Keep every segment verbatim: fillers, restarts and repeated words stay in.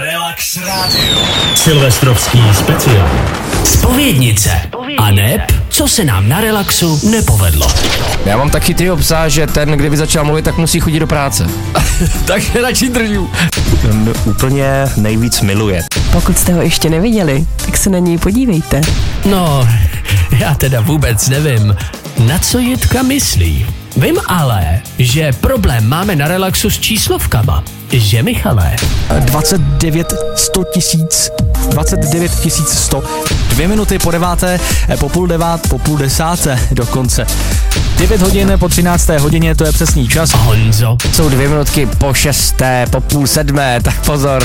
Relax Radio. Silvestrovský speciál. Zpovědnice. A neb, co se nám na relaxu nepovedlo. Já mám tak chytrýho psa, že ten, kdyby začal mluvit, tak musí chodit do práce. Takže radši držu. Ten úplně nejvíc miluje. Pokud jste ho ještě neviděli, tak se na něj podívejte. No, já teda vůbec nevím, na co Jitka myslí. Vím ale, že problém máme na relaxu s číslovkama. Že, Michale? dvacet devět sto tisíc, dvacet devět tisíc sto, dvě minuty po deváté, po půl devát, po půl desáté dokonce. devět hodin po třinácté hodině, to je přesný čas. Honzo. Jsou dvě minutky po šesté, po půl sedmé, tak pozor.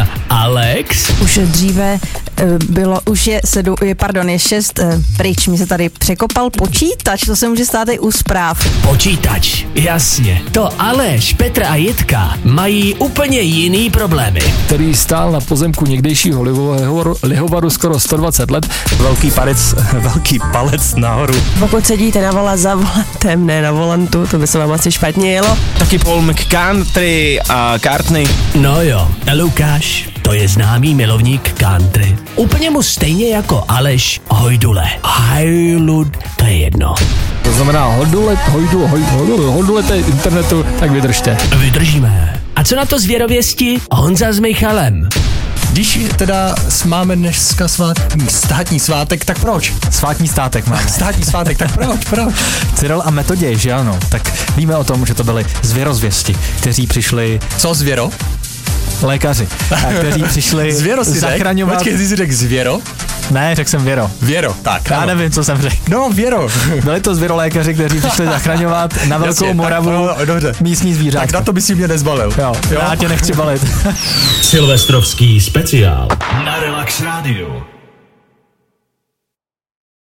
Alex? Už dříve bylo, už je sedm, je, pardon, je šest pryč, mi se tady překopal počítač, to se může stát i u zpráv. Počítač, jasně. To Aleš, Petr a Jitka mají úplně jiný problémy. Který stál na pozemku někdejšího lihovaru, lihovaru skoro sto dvacet let. Velký palec, velký palec nahoru. Pokud sedíte na vola za volantem, ne na volantu, to by se vám asi špatně jelo. Taky Paul McCartney a Cartney. No jo, Lukáš, to je známý milovník country. Úplně mu stejně jako Aleš Hojdule. Hajlud, to je jedno. To znamená hodule, hojdu, hojdu, hodulete internetu, tak vydržte. Vydržíme. A co na to zvěrověsti Honza s Michalem? Když teda máme dneska svát, státní svátek, tak proč? Svátní státek máme. Státní svátek, tak proč, proč? Cyril a Metoděj, že ano? Tak víme o tom, že to byli zvěrozvěsti, kteří přišli... Co zvěro? Lékaři, kteří přišli Zvěro si zachraňovat... Počkej, jsi si řekl zvěro? Ne, řekl jsem Věro. Věro, tak. Já ano. nevím, co jsem řekl. No, Věro. Byli to zvěrolékaři, kteří přišli zachraňovat na Velkou Jasně, Moravu tak, no, dobře. místní zvířátko. Tak na to by si mě nezbalil. Jo, jo, já tě nechci balit. Silvestrovský speciál na Relax Radio.